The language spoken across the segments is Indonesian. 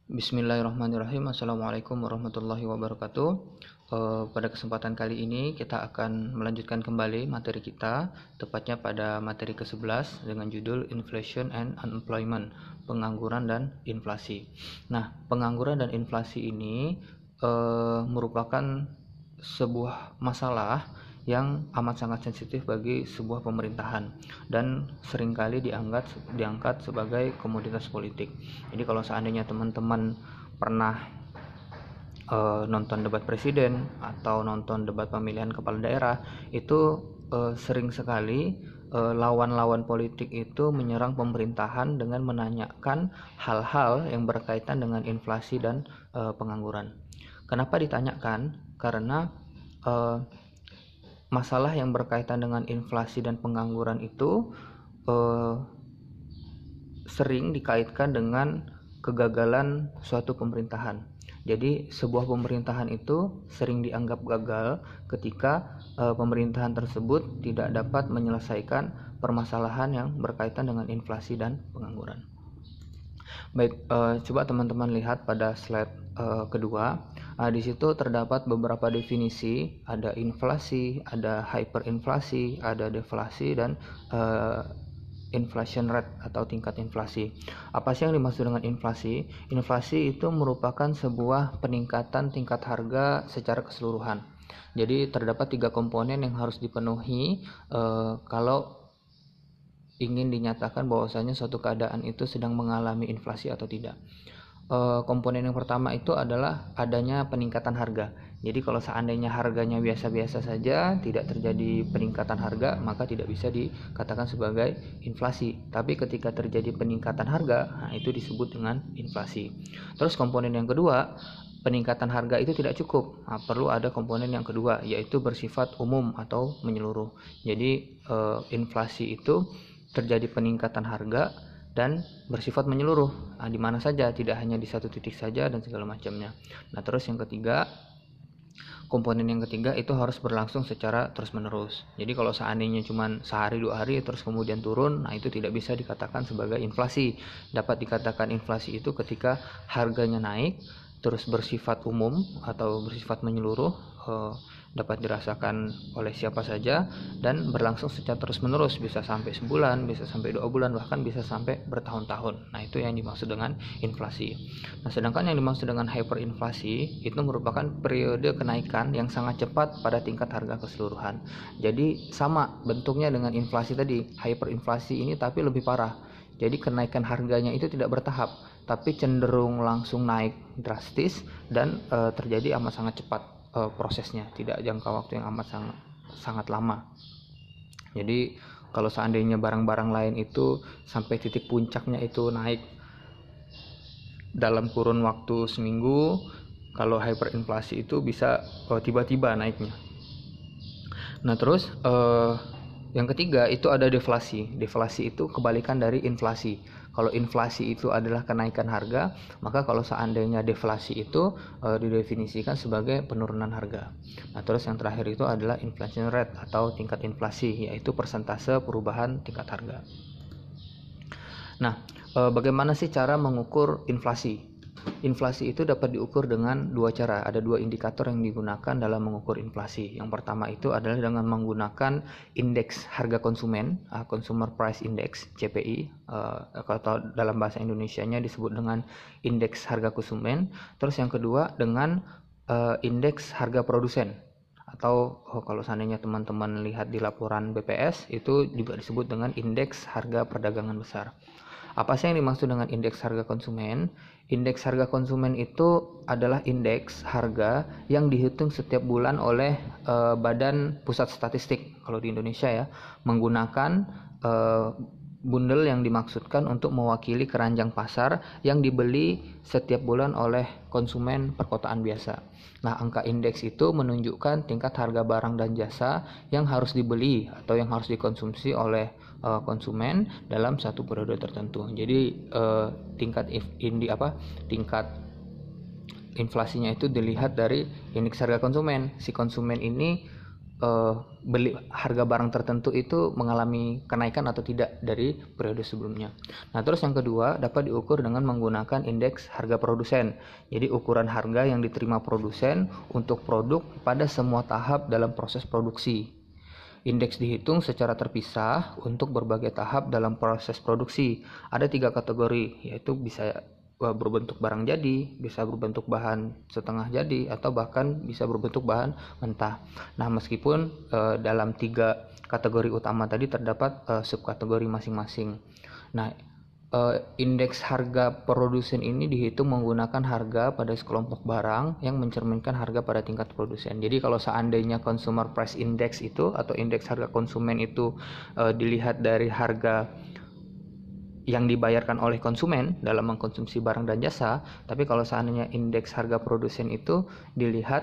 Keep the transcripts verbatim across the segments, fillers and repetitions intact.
Bismillahirrahmanirrahim. Assalamualaikum warahmatullahi wabarakatuh. Uh, pada kesempatan kali ini kita akan melanjutkan kembali materi kita, tepatnya pada materi ke sebelas dengan judul Inflation and Unemployment, pengangguran dan inflasi. Nah, pengangguran dan inflasi ini uh, merupakan sebuah masalah yang amat sangat sensitif bagi sebuah pemerintahan dan seringkali dianggap diangkat sebagai komoditas politik. Jadi kalau seandainya teman-teman pernah uh, nonton debat presiden atau nonton debat pemilihan kepala daerah, itu uh, sering sekali uh, lawan-lawan politik itu menyerang pemerintahan dengan menanyakan hal-hal yang berkaitan dengan inflasi dan uh, pengangguran. Kenapa ditanyakan? Karena uh, masalah yang berkaitan dengan inflasi dan pengangguran itu eh, sering dikaitkan dengan kegagalan suatu pemerintahan. Jadi sebuah pemerintahan itu sering dianggap gagal ketika eh, pemerintahan tersebut tidak dapat menyelesaikan permasalahan yang berkaitan dengan inflasi dan pengangguran. Baik, eh, coba teman-teman lihat pada slide eh, kedua. Nah, di situ terdapat beberapa definisi, ada inflasi, ada hyperinflasi, ada deflasi, dan uh, inflation rate atau tingkat inflasi. Apa sih yang dimaksud dengan inflasi? Inflasi itu merupakan sebuah peningkatan tingkat harga secara keseluruhan. Jadi terdapat tiga komponen yang harus dipenuhi uh, kalau ingin dinyatakan bahwasanya suatu keadaan itu sedang mengalami inflasi atau tidak. Uh, komponen yang pertama itu adalah adanya peningkatan harga. Jadi kalau seandainya harganya biasa-biasa saja, tidak terjadi peningkatan harga, maka tidak bisa dikatakan sebagai inflasi. Tapi ketika terjadi peningkatan harga, nah itu disebut dengan inflasi. Terus komponen yang kedua, peningkatan harga itu tidak cukup. Nah, perlu ada komponen yang kedua, yaitu bersifat umum atau menyeluruh. Jadi uh, inflasi itu terjadi peningkatan harga dan bersifat menyeluruh, nah, di mana saja, tidak hanya di satu titik saja dan segala macamnya. Nah, terus yang ketiga, komponen yang ketiga itu harus berlangsung secara terus menerus. Jadi kalau seandainya cuma sehari dua hari terus kemudian turun, nah itu tidak bisa dikatakan sebagai inflasi. Dapat dikatakan inflasi itu ketika harganya naik terus bersifat umum atau bersifat menyeluruh, eh, dapat dirasakan oleh siapa saja dan berlangsung secara terus menerus, bisa sampai sebulan, bisa sampai dua bulan, bahkan bisa sampai bertahun-tahun. Nah, itu yang dimaksud dengan inflasi. Nah, sedangkan yang dimaksud dengan hyperinflasi itu merupakan periode kenaikan yang sangat cepat pada tingkat harga keseluruhan. Jadi sama bentuknya dengan inflasi tadi. Hyperinflasi ini tapi lebih parah. Jadi kenaikan harganya itu tidak bertahap, tapi cenderung langsung naik drastis dan e, terjadi amat sangat cepat e, prosesnya, tidak jangka waktu yang amat sangat sangat lama. Jadi kalau seandainya barang-barang lain itu sampai titik puncaknya itu naik dalam kurun waktu seminggu, kalau hyperinflasi itu bisa e, tiba-tiba naiknya. Nah, terus e, yang ketiga itu ada deflasi. Deflasi itu kebalikan dari inflasi. Kalau inflasi itu adalah kenaikan harga, maka kalau seandainya deflasi itu e, didefinisikan sebagai penurunan harga. Nah, terus yang terakhir itu adalah inflation rate atau tingkat inflasi, yaitu persentase perubahan tingkat harga. Nah, e, bagaimana sih cara mengukur inflasi? Inflasi itu dapat diukur dengan dua cara. Ada dua indikator yang digunakan dalam mengukur inflasi. Yang pertama itu adalah dengan menggunakan indeks harga konsumen, uh, Consumer Price Index (C P I), uh, atau dalam bahasa Indonesianya disebut dengan indeks harga konsumen. Terus yang kedua dengan uh, indeks harga produsen, atau oh, kalau seandainya teman-teman lihat di laporan B P S itu juga disebut dengan indeks harga perdagangan besar. Apa sih yang dimaksud dengan indeks harga konsumen? Indeks harga konsumen itu adalah indeks harga yang dihitung setiap bulan oleh e, Badan Pusat Statistik kalau di Indonesia ya, menggunakan e, bundel yang dimaksudkan untuk mewakili keranjang pasar yang dibeli setiap bulan oleh konsumen perkotaan biasa. Nah, angka indeks itu menunjukkan tingkat harga barang dan jasa yang harus dibeli atau yang harus dikonsumsi oleh uh, konsumen dalam satu periode tertentu. Jadi uh, tingkat indi apa? Tingkat inflasinya itu dilihat dari indeks harga konsumen. Si konsumen ini uh, beli harga barang tertentu itu mengalami kenaikan atau tidak dari periode sebelumnya. Nah, terus yang kedua dapat diukur dengan menggunakan indeks harga produsen. Jadi ukuran harga yang diterima produsen untuk produk pada semua tahap dalam proses produksi. Indeks dihitung secara terpisah untuk berbagai tahap dalam proses produksi. Ada tiga kategori, yaitu bisa berbentuk barang jadi, bisa berbentuk bahan setengah jadi, atau bahkan bisa berbentuk bahan mentah. Nah, meskipun e, dalam tiga kategori utama tadi terdapat e, subkategori masing-masing. Nah, e, indeks harga produsen ini dihitung menggunakan harga pada sekelompok barang yang mencerminkan harga pada tingkat produsen. Jadi kalau seandainya consumer price index itu atau indeks harga konsumen itu e, dilihat dari harga yang dibayarkan oleh konsumen dalam mengkonsumsi barang dan jasa, tapi kalau seandainya indeks harga produsen itu dilihat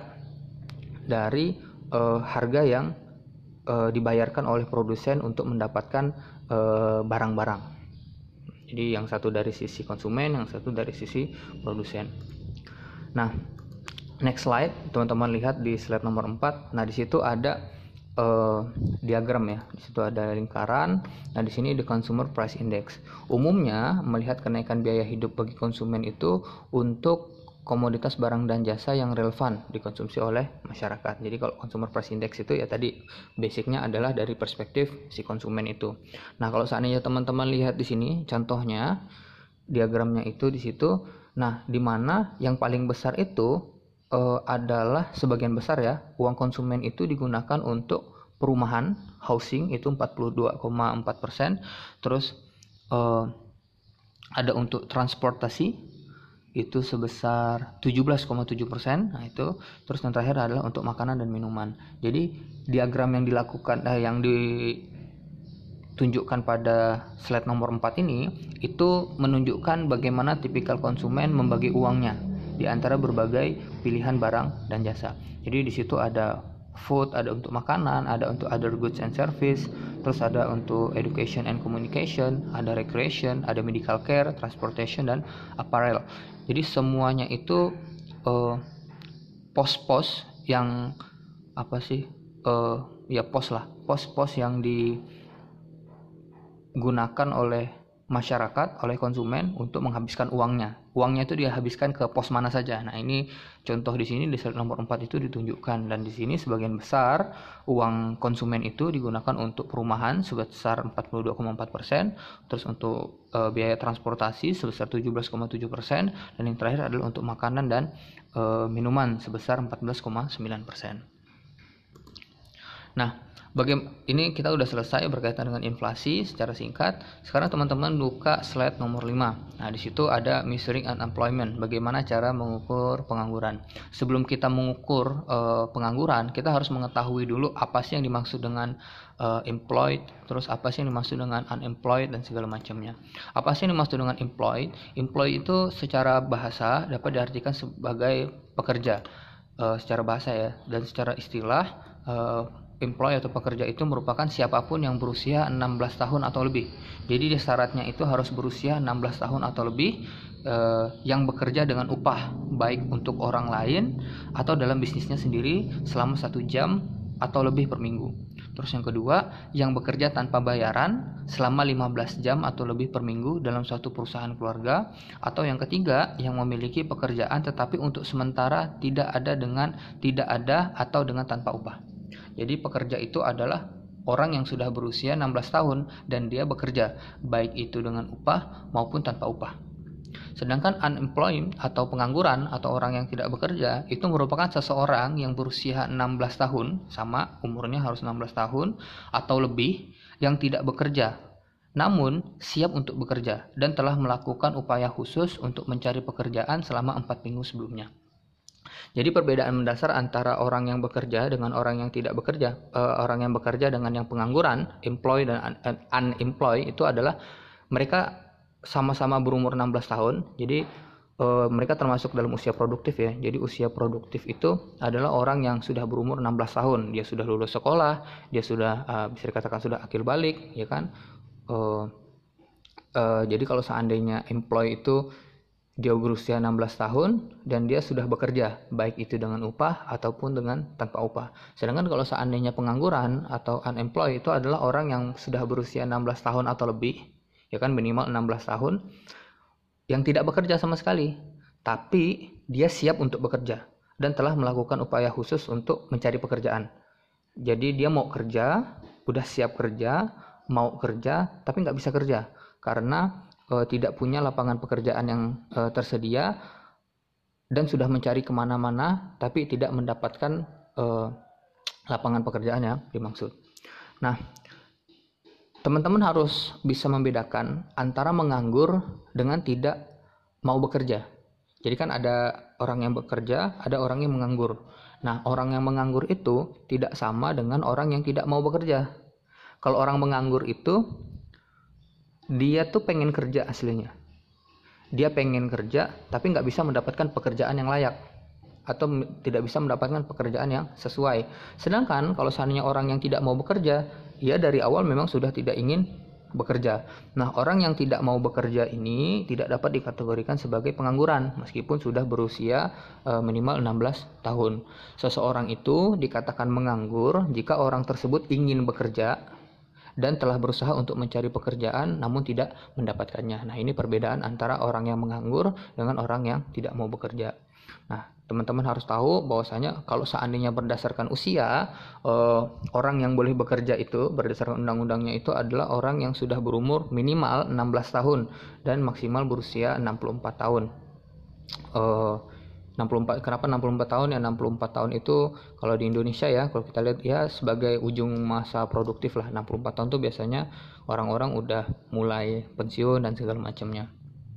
dari uh, harga yang uh, dibayarkan oleh produsen untuk mendapatkan uh, barang-barang. Jadi yang satu dari sisi konsumen, yang satu dari sisi produsen. Nah, next slide, teman-teman lihat di slide nomor empat. Nah, di situ ada Uh, diagram ya. Di situ ada lingkaran. Nah, di sini the consumer price index. Umumnya melihat kenaikan biaya hidup bagi konsumen itu untuk komoditas barang dan jasa yang relevan dikonsumsi oleh masyarakat. Jadi kalau consumer price index itu ya tadi basicnya adalah dari perspektif si konsumen itu. Nah, kalau seandainya teman-teman lihat di sini contohnya diagramnya itu di situ. Nah, di mana yang paling besar itu Uh, adalah sebagian besar ya uang konsumen itu digunakan untuk perumahan housing itu empat puluh dua koma empat persen, terus uh, ada untuk transportasi itu sebesar tujuh belas koma tujuh persen. Nah, itu terus yang terakhir adalah untuk makanan dan minuman. Jadi diagram yang dilakukan eh, yang ditunjukkan pada slide nomor empat ini itu menunjukkan bagaimana tipikal konsumen membagi uangnya di antara berbagai pilihan barang dan jasa. Jadi di situ ada food, ada untuk makanan, ada untuk other goods and service, terus ada untuk education and communication, ada recreation, ada medical care, transportation, dan apparel. Jadi semuanya itu uh, pos-pos yang apa sih? Uh, ya pos lah, pos-pos yang digunakan oleh masyarakat, oleh konsumen untuk menghabiskan uangnya. Uangnya itu dia habiskan ke pos mana saja. Nah, ini contoh di sini di slide nomor empat itu ditunjukkan, dan di sini sebagian besar uang konsumen itu digunakan untuk perumahan sebesar empat puluh dua koma empat persen, terus untuk e, biaya transportasi sebesar tujuh belas koma tujuh persen, dan yang terakhir adalah untuk makanan dan e, minuman sebesar empat belas koma sembilan persen. Nah, Bagaimana ini kita udah selesai berkaitan dengan inflasi secara singkat. Sekarang teman-teman buka slide nomor lima. Nah, di situ ada measuring unemployment, bagaimana cara mengukur pengangguran. Sebelum kita mengukur uh, pengangguran, kita harus mengetahui dulu apa sih yang dimaksud dengan uh, employed, terus apa sih yang dimaksud dengan unemployed dan segala macamnya. Apa sih yang dimaksud dengan employed? Employed itu secara bahasa dapat diartikan sebagai pekerja uh, secara bahasa ya, dan secara istilah uh, employee atau pekerja itu merupakan siapapun yang berusia enam belas tahun atau lebih. Jadi syaratnya itu harus berusia enam belas tahun atau lebih eh, yang bekerja dengan upah baik untuk orang lain atau dalam bisnisnya sendiri selama satu jam atau lebih per minggu. Terus yang kedua, yang bekerja tanpa bayaran selama lima belas jam atau lebih per minggu dalam suatu perusahaan keluarga. Atau yang ketiga, yang memiliki pekerjaan tetapi untuk sementara tidak ada dengan tidak ada atau dengan tanpa upah. Jadi pekerja itu adalah orang yang sudah berusia enam belas tahun dan dia bekerja baik itu dengan upah maupun tanpa upah. Sedangkan unemployed atau pengangguran atau orang yang tidak bekerja itu merupakan seseorang yang berusia enam belas tahun, sama umurnya harus enam belas tahun atau lebih, yang tidak bekerja namun siap untuk bekerja dan telah melakukan upaya khusus untuk mencari pekerjaan selama empat minggu sebelumnya. Jadi perbedaan mendasar antara orang yang bekerja dengan orang yang tidak bekerja, uh, orang yang bekerja dengan yang pengangguran, employed dan un- unemployed itu adalah mereka sama-sama berumur enam belas tahun. Jadi uh, mereka termasuk dalam usia produktif ya. Jadi usia produktif itu adalah orang yang sudah berumur enam belas tahun. Dia sudah lulus sekolah, dia sudah uh, bisa dikatakan sudah akil balik, ya kan? Uh, uh, jadi kalau seandainya employed itu dia berusia enam belas tahun dan dia sudah bekerja, baik itu dengan upah ataupun dengan tanpa upah. Sedangkan kalau seandainya pengangguran atau unemployed itu adalah orang yang sudah berusia enam belas tahun atau lebih, ya kan, minimal enam belas tahun, yang tidak bekerja sama sekali, tapi dia siap untuk bekerja dan telah melakukan upaya khusus untuk mencari pekerjaan. Jadi dia mau kerja, udah siap kerja, mau kerja, tapi nggak bisa kerja karena e, tidak punya lapangan pekerjaan yang e, tersedia dan sudah mencari kemana-mana, tapi tidak mendapatkan e, lapangan pekerjaan yang dimaksud. Nah, teman-teman harus bisa membedakan antara menganggur dengan tidak mau bekerja. Jadi kan ada orang yang bekerja, ada orang yang menganggur. Nah, orang yang menganggur itu tidak sama dengan orang yang tidak mau bekerja. Kalau orang menganggur itu, dia tuh pengen kerja aslinya. Dia pengen kerja, tapi nggak bisa mendapatkan pekerjaan yang layak. Atau tidak bisa mendapatkan pekerjaan yang sesuai. Sedangkan kalau seandainya orang yang tidak mau bekerja, ia dari awal memang sudah tidak ingin bekerja. Nah, orang yang tidak mau bekerja ini tidak dapat dikategorikan sebagai pengangguran meskipun sudah berusia e, minimal enam belas tahun. Seseorang itu dikatakan menganggur jika orang tersebut ingin bekerja dan telah berusaha untuk mencari pekerjaan namun tidak mendapatkannya. Nah, ini perbedaan antara orang yang menganggur dengan orang yang tidak mau bekerja. Nah, teman-teman harus tahu bahwasanya kalau seandainya berdasarkan usia, eh, orang yang boleh bekerja itu berdasarkan undang-undangnya itu adalah orang yang sudah berumur minimal enam belas tahun dan maksimal berusia enam puluh empat tahun. Eh, enam puluh empat, kenapa enam puluh empat tahun? Ya, enam puluh empat tahun itu kalau di Indonesia ya, kalau kita lihat ya sebagai ujung masa produktif lah. enam puluh empat tahun itu biasanya orang-orang udah mulai pensiun dan segala macamnya.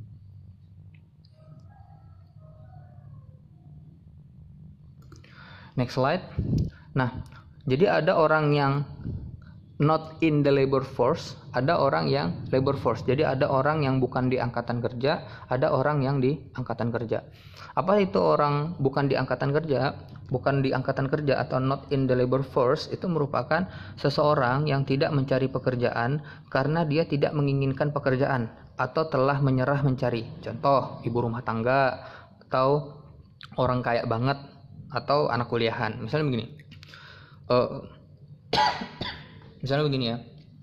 Next slide. Nah, jadi ada orang yang not in the labor force, ada orang yang labor force. Jadi ada orang yang bukan di angkatan kerja, ada orang yang di angkatan kerja. Apa itu orang bukan di angkatan kerja? Bukan di angkatan kerja atau not in the labor force itu merupakan seseorang yang tidak mencari pekerjaan karena dia tidak menginginkan pekerjaan atau telah menyerah mencari. Contoh, ibu rumah tangga atau orang kaya banget atau anak kuliahan. Misalnya begini. Uh, misalnya begini ya.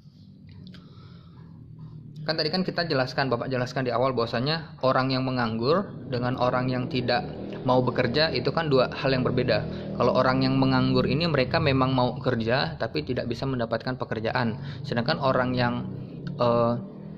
Kan tadi kan kita jelaskan, Bapak jelaskan di awal bahwasanya orang yang menganggur dengan orang yang tidak mau bekerja itu kan dua hal yang berbeda. Kalau orang yang menganggur ini mereka memang mau kerja tapi tidak bisa mendapatkan pekerjaan. Sedangkan orang yang uh,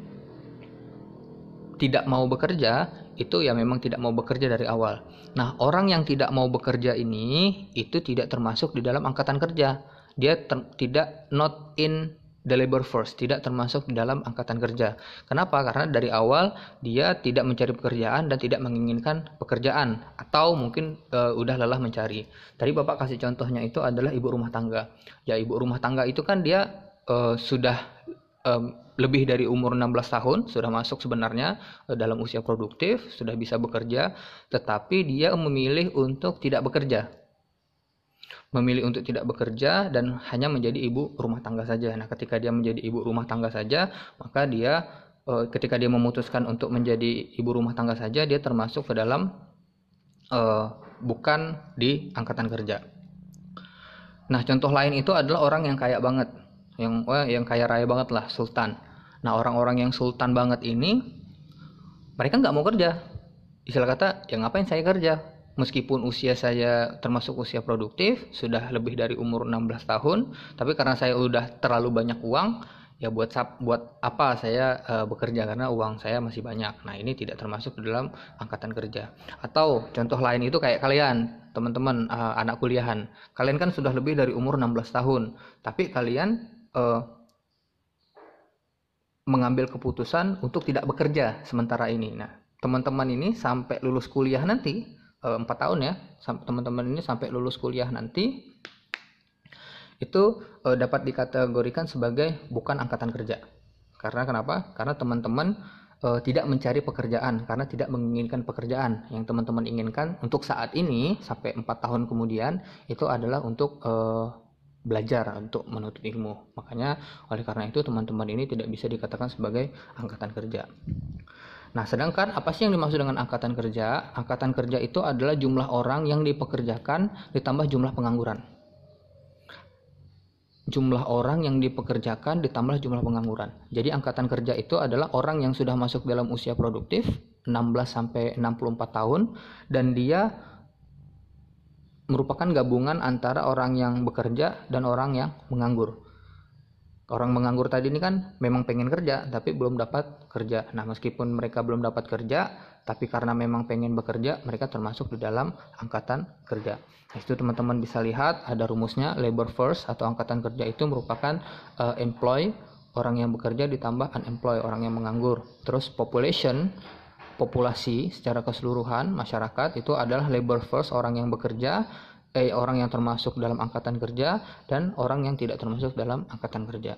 tidak mau bekerja itu ya memang tidak mau bekerja dari awal. Nah, orang yang tidak mau bekerja ini itu tidak termasuk di dalam angkatan kerja. Dia ter- tidak not in the labor force, tidak termasuk di dalam angkatan kerja. Kenapa? Karena dari awal dia tidak mencari pekerjaan dan tidak menginginkan pekerjaan atau mungkin e, udah lelah mencari. Tadi Bapak kasih contohnya itu adalah ibu rumah tangga. Ya, ibu rumah tangga itu kan dia e, sudah e, lebih dari umur enam belas tahun, sudah masuk sebenarnya dalam usia produktif, sudah bisa bekerja, tetapi dia memilih untuk tidak bekerja. Memilih untuk tidak bekerja dan hanya menjadi ibu rumah tangga saja. Nah, ketika dia menjadi ibu rumah tangga saja, maka dia ketika dia memutuskan untuk menjadi ibu rumah tangga saja, dia termasuk ke dalam uh, bukan di angkatan kerja. Nah, contoh lain itu adalah orang yang kaya banget. Yang oh, yang kaya raya banget lah, sultan. Nah, orang-orang yang sultan banget ini mereka nggak mau kerja. Istilah kata, ya ngapain saya kerja? Meskipun usia saya termasuk usia produktif, sudah lebih dari umur enam belas tahun, tapi karena saya udah terlalu banyak uang, ya buat buat apa saya uh, bekerja karena uang saya masih banyak. Nah, ini tidak termasuk dalam angkatan kerja. Atau contoh lain itu kayak kalian, teman-teman uh, anak kuliahan. Kalian kan sudah lebih dari umur enam belas tahun, tapi kalian uh, mengambil keputusan untuk tidak bekerja sementara ini. Nah, teman-teman ini sampai lulus kuliah nanti empat tahun ya, teman-teman ini sampai lulus kuliah nanti itu e, dapat dikategorikan sebagai bukan angkatan kerja. Karena kenapa? Karena teman-teman e, tidak mencari pekerjaan, karena tidak menginginkan pekerjaan. Yang teman-teman inginkan untuk saat ini sampai empat tahun kemudian itu adalah untuk e, belajar, untuk menuntut ilmu. Makanya oleh karena itu teman-teman ini tidak bisa dikatakan sebagai angkatan kerja. Nah, sedangkan apa sih yang dimaksud dengan angkatan kerja? Angkatan kerja itu adalah jumlah orang yang dipekerjakan ditambah jumlah pengangguran. Jumlah orang yang dipekerjakan ditambah jumlah pengangguran. Jadi angkatan kerja itu adalah orang yang sudah masuk dalam usia produktif enam belas sampai enam puluh empat tahun dan dia merupakan gabungan antara orang yang bekerja dan orang yang menganggur. Orang menganggur tadi ini kan memang pengen kerja tapi belum dapat kerja. Nah, meskipun mereka belum dapat kerja, tapi karena memang pengen bekerja, mereka termasuk di dalam angkatan kerja. Nah, itu teman-teman bisa lihat ada rumusnya, labor force atau angkatan kerja itu merupakan uh, employ, orang yang bekerja ditambah unemployed, orang yang menganggur. Terus population, populasi secara keseluruhan masyarakat itu adalah labor force, orang yang bekerja, Eh, orang yang termasuk dalam angkatan kerja dan orang yang tidak termasuk dalam angkatan kerja.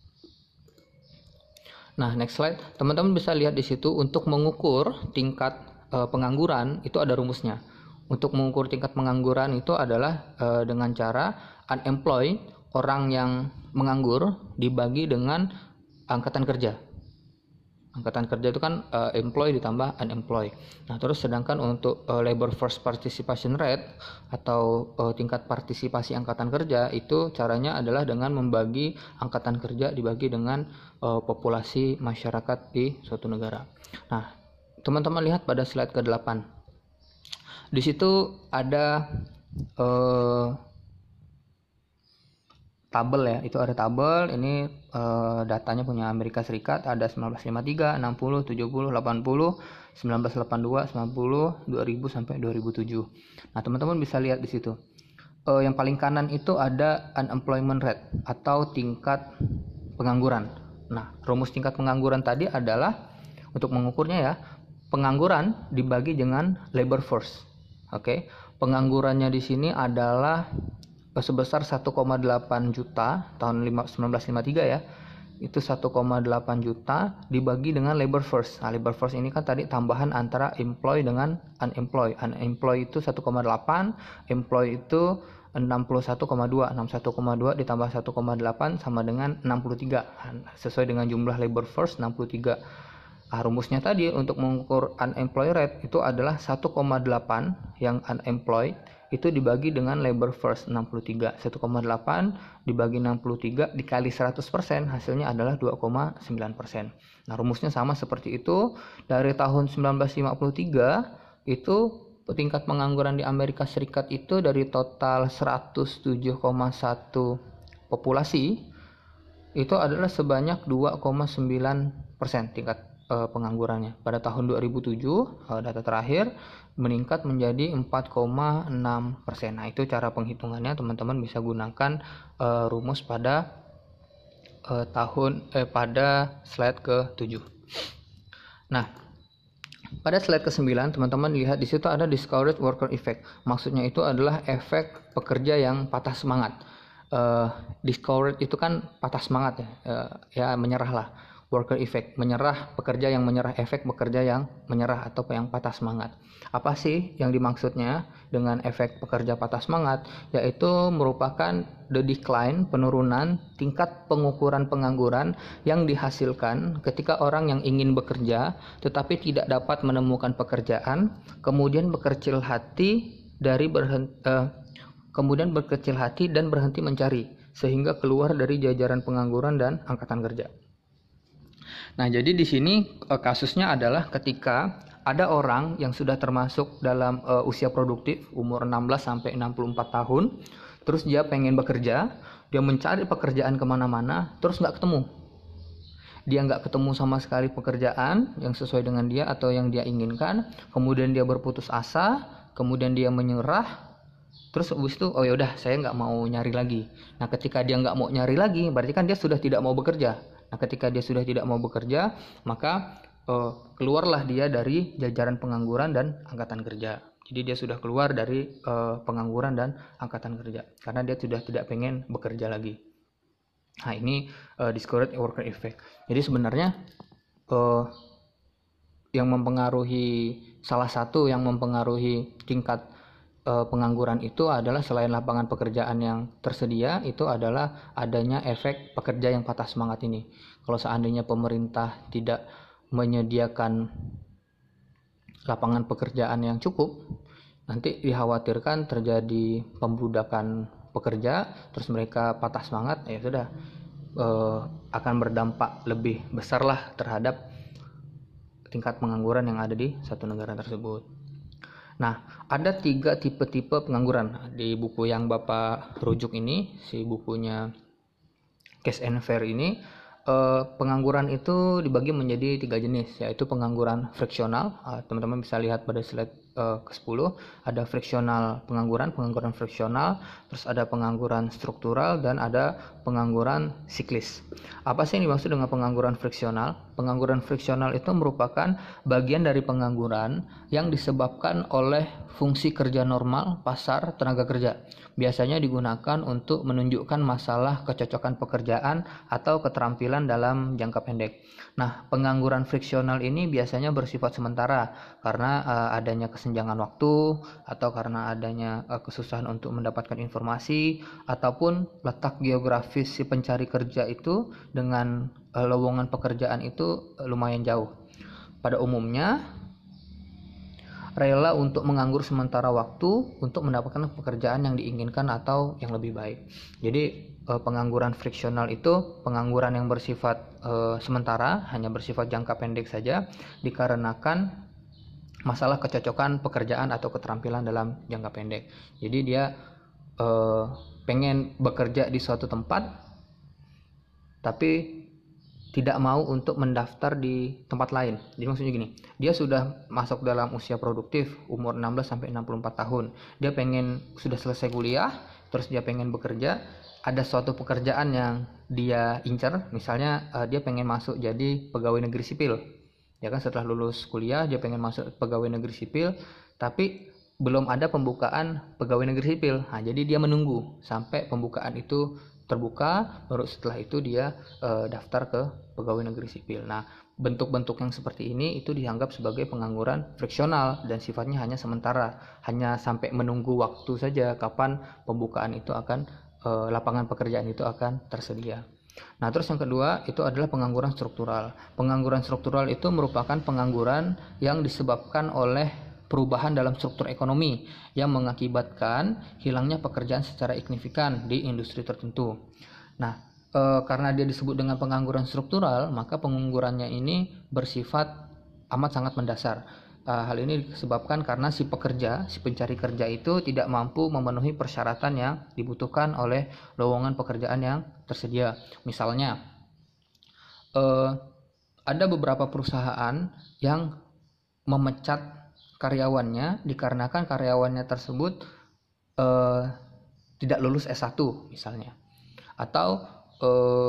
Nah, next slide. Teman-teman bisa lihat di situ untuk mengukur tingkat e, pengangguran itu ada rumusnya. Untuk mengukur tingkat pengangguran itu adalah e, dengan cara unemployed, orang yang menganggur dibagi dengan angkatan kerja. Angkatan kerja itu kan uh, employed ditambah unemployed. Nah, terus sedangkan untuk uh, labor force participation rate atau uh, tingkat partisipasi angkatan kerja itu caranya adalah dengan membagi angkatan kerja dibagi dengan uh, populasi masyarakat di suatu negara. Nah, teman-teman lihat pada slide ke delapan. Di situ ada uh, tabel ya, itu ada tabel ini uh, datanya punya Amerika Serikat, ada seribu sembilan ratus lima puluh tiga, enam puluh, tujuh puluh, delapan puluh, seribu sembilan ratus delapan puluh dua, sembilan puluh, dua ribu sampai dua ribu tujuh. Nah, teman-teman bisa lihat di situ. Uh, yang paling kanan itu ada unemployment rate atau tingkat pengangguran. Nah, rumus tingkat pengangguran tadi adalah untuk mengukurnya ya, pengangguran dibagi dengan labor force. Oke, okay? Penganggurannya di sini adalah sebesar satu koma delapan juta tahun seribu sembilan ratus lima puluh tiga ya. Itu satu koma delapan juta dibagi dengan labor force. Nah, labor force ini kan tadi tambahan antara employed dengan unemployed. Unemployed itu satu koma delapan, employed itu enam puluh satu koma dua. enam puluh satu koma dua ditambah satu koma delapan sama dengan enam puluh tiga. Sesuai dengan jumlah labor force enam puluh tiga. Nah, rumusnya tadi untuk mengukur unemployed rate itu adalah satu koma delapan yang unemployed itu dibagi dengan labor force enam puluh tiga. satu koma delapan dibagi enam puluh tiga dikali seratus persen hasilnya adalah dua koma sembilan persen. Nah, rumusnya sama seperti itu. Dari tahun seribu sembilan ratus lima puluh tiga itu tingkat pengangguran di Amerika Serikat itu dari total seratus tujuh koma satu populasi itu adalah sebanyak dua koma sembilan persen tingkat penganggurannya. Pada tahun dua ribu tujuh data terakhir meningkat menjadi empat koma enam persen. Nah, itu cara penghitungannya, teman-teman bisa gunakan uh, rumus pada uh, tahun eh, pada slide ke tujuh. Nah, pada slide ke sembilan teman-teman lihat di situ ada discouraged worker effect. Maksudnya itu adalah efek pekerja yang patah semangat. Uh, discouraged itu kan patah semangat ya, uh, ya menyerah lah. Worker effect, menyerah, pekerja yang menyerah, efek pekerja yang menyerah atau yang patah semangat. Apa sih yang dimaksudnya dengan efek pekerja patah semangat? Yaitu merupakan the decline, penurunan tingkat pengukuran pengangguran yang dihasilkan ketika orang yang ingin bekerja tetapi tidak dapat menemukan pekerjaan, kemudian berkecil hati dari berhenti, eh, kemudian berkecil hati dan berhenti mencari sehingga keluar dari jajaran pengangguran dan angkatan kerja. Nah, jadi di sini uh, kasusnya adalah ketika ada orang yang sudah termasuk dalam uh, usia produktif, umur enam belas sampai enam puluh empat tahun, terus dia pengen bekerja, dia mencari pekerjaan kemana-mana, terus nggak ketemu. Dia nggak ketemu sama sekali pekerjaan yang sesuai dengan dia atau yang dia inginkan, kemudian dia berputus asa, kemudian dia menyerah, terus habis itu, oh ya udah, saya nggak mau nyari lagi. Nah, ketika dia nggak mau nyari lagi, berarti kan dia sudah tidak mau bekerja. Nah, ketika dia sudah tidak mau bekerja, maka uh, keluarlah dia dari jajaran pengangguran dan angkatan kerja. Jadi dia sudah keluar dari uh, pengangguran dan angkatan kerja karena dia sudah tidak pengen bekerja lagi. Nah, ini uh, discouraged worker effect. Jadi sebenarnya uh, yang mempengaruhi salah satu yang mempengaruhi tingkat pengangguran itu adalah selain lapangan pekerjaan yang tersedia, itu adalah adanya efek pekerja yang patah semangat ini. Kalau seandainya pemerintah tidak menyediakan lapangan pekerjaan yang cukup, nanti dikhawatirkan terjadi pembudakan pekerja, terus mereka patah semangat, ya sudah eh, akan berdampak lebih besar lah terhadap tingkat pengangguran yang ada di satu negara tersebut. Nah, ada tiga tipe-tipe pengangguran di buku yang Bapak rujuk ini, si bukunya Cash and Fair ini. eh, pengangguran itu dibagi menjadi tiga jenis, yaitu pengangguran friksional. Eh, teman-teman bisa lihat pada slide eh, ke sepuluh, ada friksional pengangguran, pengangguran friksional, terus ada pengangguran struktural, dan ada pengangguran siklis. Apa sih yang dimaksud dengan pengangguran friksional? Pengangguran friksional itu merupakan bagian dari pengangguran yang disebabkan oleh fungsi kerja normal pasar tenaga kerja. Biasanya digunakan untuk menunjukkan masalah kecocokan pekerjaan atau keterampilan dalam jangka pendek. Nah, pengangguran friksional ini biasanya bersifat sementara karena uh, adanya kesenjangan waktu, atau karena adanya uh, kesusahan untuk mendapatkan informasi, ataupun letak geografis si pencari kerja itu dengan uh, lowongan pekerjaan itu uh, lumayan jauh. Pada umumnya rela untuk menganggur sementara waktu untuk mendapatkan pekerjaan yang diinginkan atau yang lebih baik. Jadi pengangguran friksional itu pengangguran yang bersifat e, sementara, hanya bersifat jangka pendek saja, dikarenakan masalah kecocokan pekerjaan atau keterampilan dalam jangka pendek. Jadi dia e, pengen bekerja di suatu tempat, tapi tidak mau untuk mendaftar di tempat lain. Jadi maksudnya gini, dia sudah masuk dalam usia produktif, umur enam belas sampai enam puluh empat tahun. Dia pengen sudah selesai kuliah, terus dia pengen bekerja, ada suatu pekerjaan yang dia incar, misalnya uh, dia pengen masuk jadi pegawai negeri sipil. Ya kan, setelah lulus kuliah dia pengen masuk pegawai negeri sipil, tapi belum ada pembukaan pegawai negeri sipil. Nah, jadi dia menunggu sampai pembukaan itu terbuka, baru setelah itu dia e, daftar ke pegawai negeri sipil. Nah, bentuk-bentuk yang seperti ini itu dianggap sebagai pengangguran friksional dan sifatnya hanya sementara, hanya sampai menunggu waktu saja kapan pembukaan itu akan e, lapangan pekerjaan itu akan tersedia. Nah, terus yang kedua itu adalah pengangguran struktural. Pengangguran struktural itu merupakan pengangguran yang disebabkan oleh perubahan dalam struktur ekonomi yang mengakibatkan hilangnya pekerjaan secara signifikan di industri tertentu. Nah, e, karena dia disebut dengan pengangguran struktural, maka penganggurannya ini bersifat amat sangat mendasar. E, hal ini disebabkan karena si pekerja, si pencari kerja itu tidak mampu memenuhi persyaratan yang dibutuhkan oleh lowongan pekerjaan yang tersedia. Misalnya, e, ada beberapa perusahaan yang memecat karyawannya dikarenakan karyawannya tersebut eh, tidak lulus S satu misalnya, atau eh,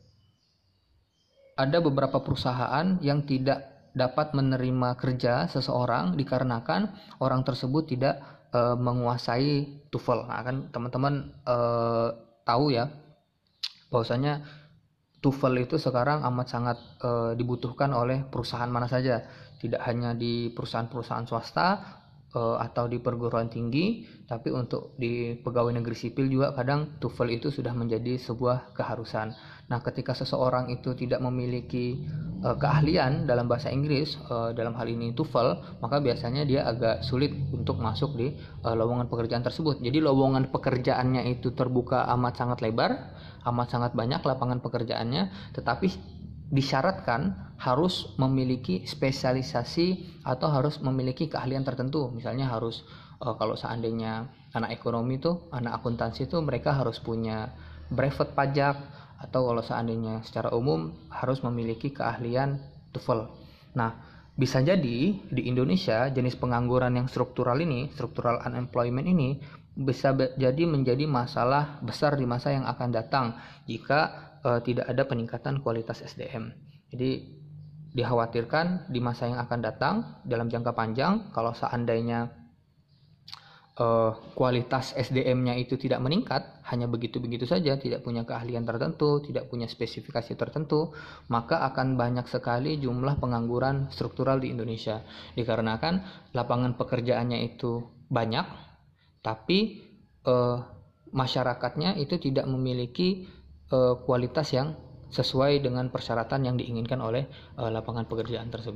ada beberapa perusahaan yang tidak dapat menerima kerja seseorang dikarenakan orang tersebut tidak eh, menguasai TOEFL. Nah, kan teman-teman eh, tahu ya bahwasanya TOEFL itu sekarang amat sangat e, dibutuhkan oleh perusahaan mana saja, tidak hanya di perusahaan-perusahaan swasta e, atau di perguruan tinggi, tapi untuk di pegawai negeri sipil juga kadang TOEFL itu sudah menjadi sebuah keharusan. Nah, ketika seseorang itu tidak memiliki e, keahlian dalam bahasa Inggris, e, dalam hal ini TOEFL, maka biasanya dia agak sulit untuk masuk di e, lowongan pekerjaan tersebut. Jadi lowongan pekerjaannya itu terbuka amat sangat lebar, amat sangat banyak lapangan pekerjaannya, tetapi disyaratkan harus memiliki spesialisasi atau harus memiliki keahlian tertentu. Misalnya harus e, kalau seandainya anak ekonomi tuh, anak akuntansi tuh mereka harus punya brevet pajak, atau kalau seandainya secara umum harus memiliki keahlian TOEFL. Nah, bisa jadi di Indonesia jenis pengangguran yang struktural ini, structural unemployment ini, bisa jadi menjadi masalah besar di masa yang akan datang jika e, tidak ada peningkatan kualitas S D M. Jadi dikhawatirkan di masa yang akan datang dalam jangka panjang, kalau seandainya e, kualitas S D M-nya itu tidak meningkat, hanya begitu-begitu saja, tidak punya keahlian tertentu, tidak punya spesifikasi tertentu, maka akan banyak sekali jumlah pengangguran struktural di Indonesia. Dikarenakan lapangan pekerjaannya itu banyak, tapi eh, masyarakatnya itu tidak memiliki eh, kualitas yang sesuai dengan persyaratan yang diinginkan oleh eh, lapangan pekerjaan tersebut.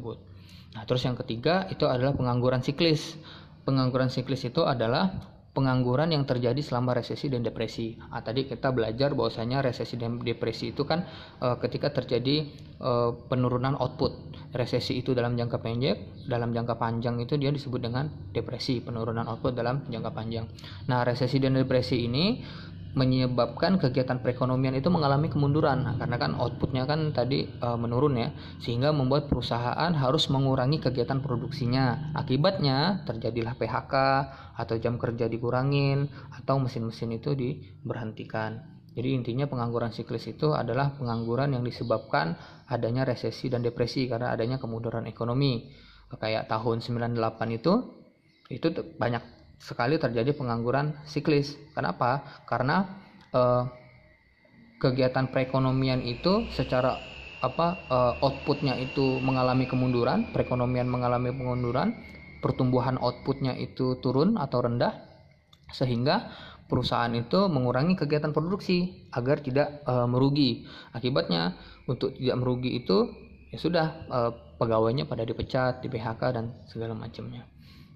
Nah, terus yang ketiga itu adalah pengangguran siklis. Pengangguran siklis itu adalah pengangguran yang terjadi selama resesi dan depresi. Nah, tadi kita belajar bahwasanya resesi dan depresi itu kan e, ketika terjadi e, penurunan output. Resesi itu dalam jangka pendek, dalam jangka panjang itu dia disebut dengan depresi, penurunan output dalam jangka panjang. Nah, resesi dan depresi ini menyebabkan kegiatan perekonomian itu mengalami kemunduran. Nah, karena kan outputnya kan tadi e, menurun ya, sehingga membuat perusahaan harus mengurangi kegiatan produksinya. Akibatnya terjadilah P H K atau jam kerja dikurangin atau mesin-mesin itu diberhentikan. Jadi intinya pengangguran siklis itu adalah pengangguran yang disebabkan adanya resesi dan depresi karena adanya kemunduran ekonomi. Kayak tahun sembilan puluh delapan itu itu banyak sekali terjadi pengangguran siklis. Kenapa? Karena eh, kegiatan perekonomian itu secara apa eh, outputnya itu mengalami kemunduran, perekonomian mengalami kemunduran, pertumbuhan outputnya itu turun atau rendah, sehingga perusahaan itu mengurangi kegiatan produksi agar tidak e, merugi. Akibatnya untuk tidak merugi itu ya sudah e, pegawainya pada dipecat, di P H K dan segala macamnya.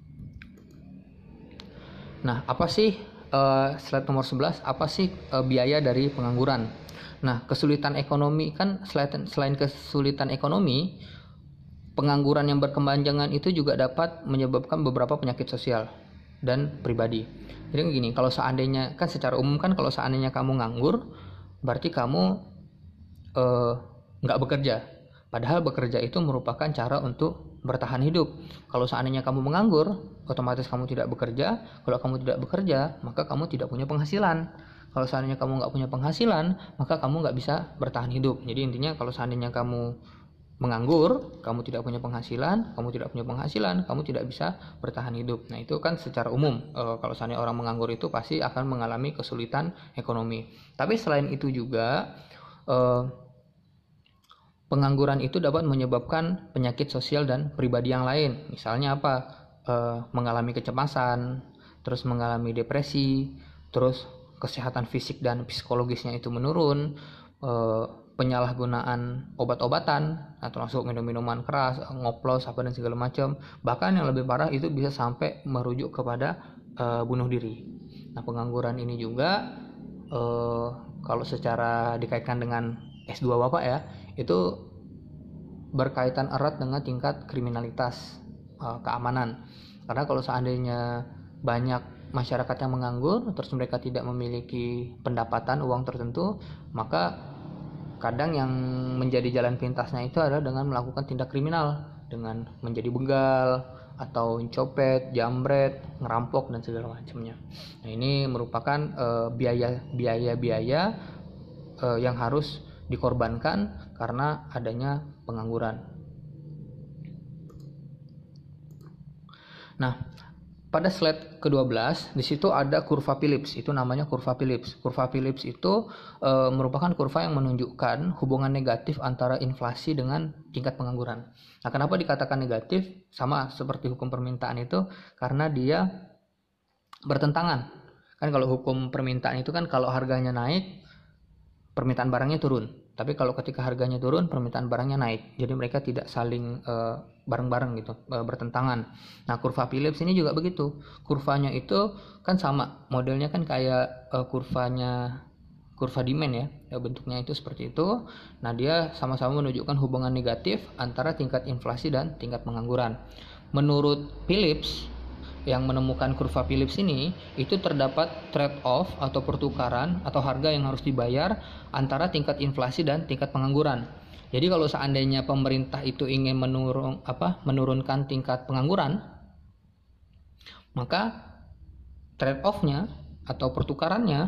Nah, apa sih e, slide nomor sebelas, apa sih e, biaya dari pengangguran? Nah, kesulitan ekonomi kan selain selain kesulitan ekonomi, pengangguran yang berkepanjangan itu juga dapat menyebabkan beberapa penyakit sosial dan pribadi. Jadi gini, kalau seandainya kan secara umum kan kalau seandainya kamu nganggur, berarti kamu nggak eh, bekerja. Padahal bekerja itu merupakan cara untuk bertahan hidup. Kalau seandainya kamu menganggur, otomatis kamu tidak bekerja. Kalau kamu tidak bekerja, maka kamu tidak punya penghasilan. Kalau seandainya kamu nggak punya penghasilan, maka kamu nggak bisa bertahan hidup. Jadi intinya kalau seandainya kamu menganggur, kamu tidak punya penghasilan, kamu tidak punya penghasilan, kamu tidak bisa bertahan hidup. Nah, itu kan secara umum. E, kalau seandainya orang menganggur itu pasti akan mengalami kesulitan ekonomi. Tapi selain itu juga e, pengangguran itu dapat menyebabkan penyakit sosial dan pribadi yang lain. Misalnya apa? E, mengalami kecemasan, terus mengalami depresi, terus kesehatan fisik dan psikologisnya itu menurun, e, penyalahgunaan obat-obatan atau masuk minum-minuman keras, ngoplos apa dan segala macam. Bahkan yang lebih parah itu bisa sampai merujuk kepada e, bunuh diri. Nah, pengangguran ini juga e, kalau secara dikaitkan dengan S dua Bapak ya, itu berkaitan erat dengan tingkat kriminalitas e, keamanan. Karena kalau seandainya banyak masyarakat yang menganggur terus mereka tidak memiliki pendapatan uang tertentu, maka kadang yang menjadi jalan pintasnya itu adalah dengan melakukan tindak kriminal, dengan menjadi begal atau copet, jambret, ngerampok dan segala macamnya. Nah, ini merupakan uh, biaya-biaya-biaya uh, yang harus dikorbankan karena adanya pengangguran. Nah, pada slide kedua belas di situ ada kurva Phillips, itu namanya kurva Phillips. Kurva Phillips itu e, merupakan kurva yang menunjukkan hubungan negatif antara inflasi dengan tingkat pengangguran. Nah, kenapa dikatakan negatif? Sama seperti hukum permintaan itu karena dia bertentangan. Kan kalau hukum permintaan itu kan kalau harganya naik, permintaan barangnya turun. Tapi kalau ketika harganya turun, permintaan barangnya naik. Jadi mereka tidak saling e, bareng-bareng gitu, e, bertentangan. Nah, kurva Phillips ini juga begitu. Kurvanya itu kan sama, modelnya kan kayak e, kurvanya kurva demand ya. Ya, bentuknya itu seperti itu. Nah, dia sama-sama menunjukkan hubungan negatif antara tingkat inflasi dan tingkat pengangguran. Menurut Phillips, yang menemukan kurva Phillips ini, itu terdapat trade-off atau pertukaran atau harga yang harus dibayar antara tingkat inflasi dan tingkat pengangguran. Jadi kalau seandainya pemerintah itu ingin menurun apa menurunkan tingkat pengangguran, maka trade-off-nya atau pertukarannya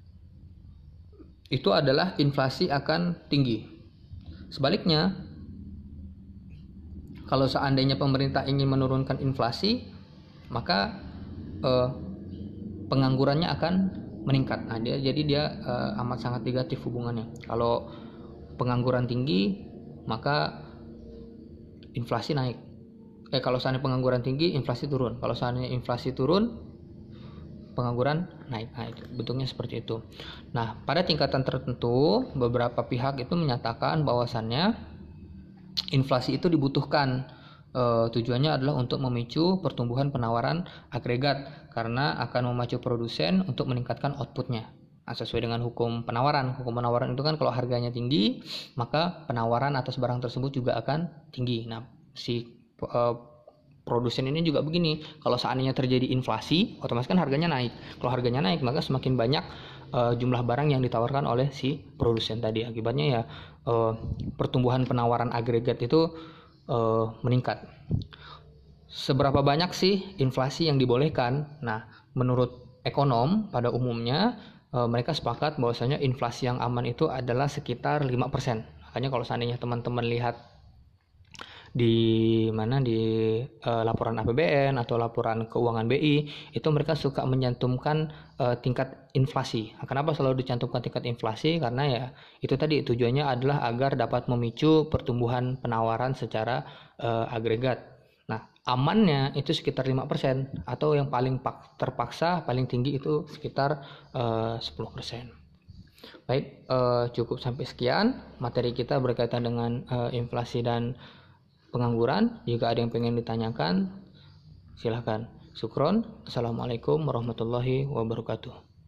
itu adalah inflasi akan tinggi. Sebaliknya, kalau seandainya pemerintah ingin menurunkan inflasi, maka eh, penganggurannya akan meningkat. Nah, dia jadi dia eh, amat sangat negatif hubungannya. Kalau pengangguran tinggi, maka inflasi naik. Eh kalau seandainya pengangguran tinggi, inflasi turun. Kalau seandainya inflasi turun, pengangguran naik. Nah, itu, bentuknya seperti itu. Nah, pada tingkatan tertentu, beberapa pihak itu menyatakan bahwasannya inflasi itu dibutuhkan uh, tujuannya adalah untuk memicu pertumbuhan penawaran agregat karena akan memacu produsen untuk meningkatkan outputnya. Nah, sesuai dengan hukum penawaran. Hukum penawaran itu kan kalau harganya tinggi, maka penawaran atas barang tersebut juga akan tinggi. Nah, si uh, produsen ini juga begini, kalau seandainya terjadi inflasi, otomatis kan harganya naik. Kalau harganya naik, maka semakin banyak uh, jumlah barang yang ditawarkan oleh si produsen tadi. Akibatnya ya uh, pertumbuhan penawaran agregat itu uh, meningkat. Seberapa banyak sih inflasi yang dibolehkan? Nah, menurut ekonom pada umumnya uh, mereka sepakat bahwasanya inflasi yang aman itu adalah sekitar lima persen. Makanya kalau seandainya teman-teman lihat di mana di uh, laporan A P B N atau laporan keuangan B I itu mereka suka mencantumkan uh, tingkat inflasi. Nah, kenapa selalu dicantumkan tingkat inflasi? Karena ya itu tadi tujuannya adalah agar dapat memicu pertumbuhan penawaran secara uh, agregat. Nah, amannya itu sekitar lima persen atau yang paling terpaksa paling tinggi itu sekitar uh, sepuluh persen. Baik, uh, cukup sampai sekian materi kita berkaitan dengan uh, inflasi dan pengangguran. Jika ada yang pengen ditanyakan, silahkan. Syukron. Assalamualaikum warahmatullahi wabarakatuh.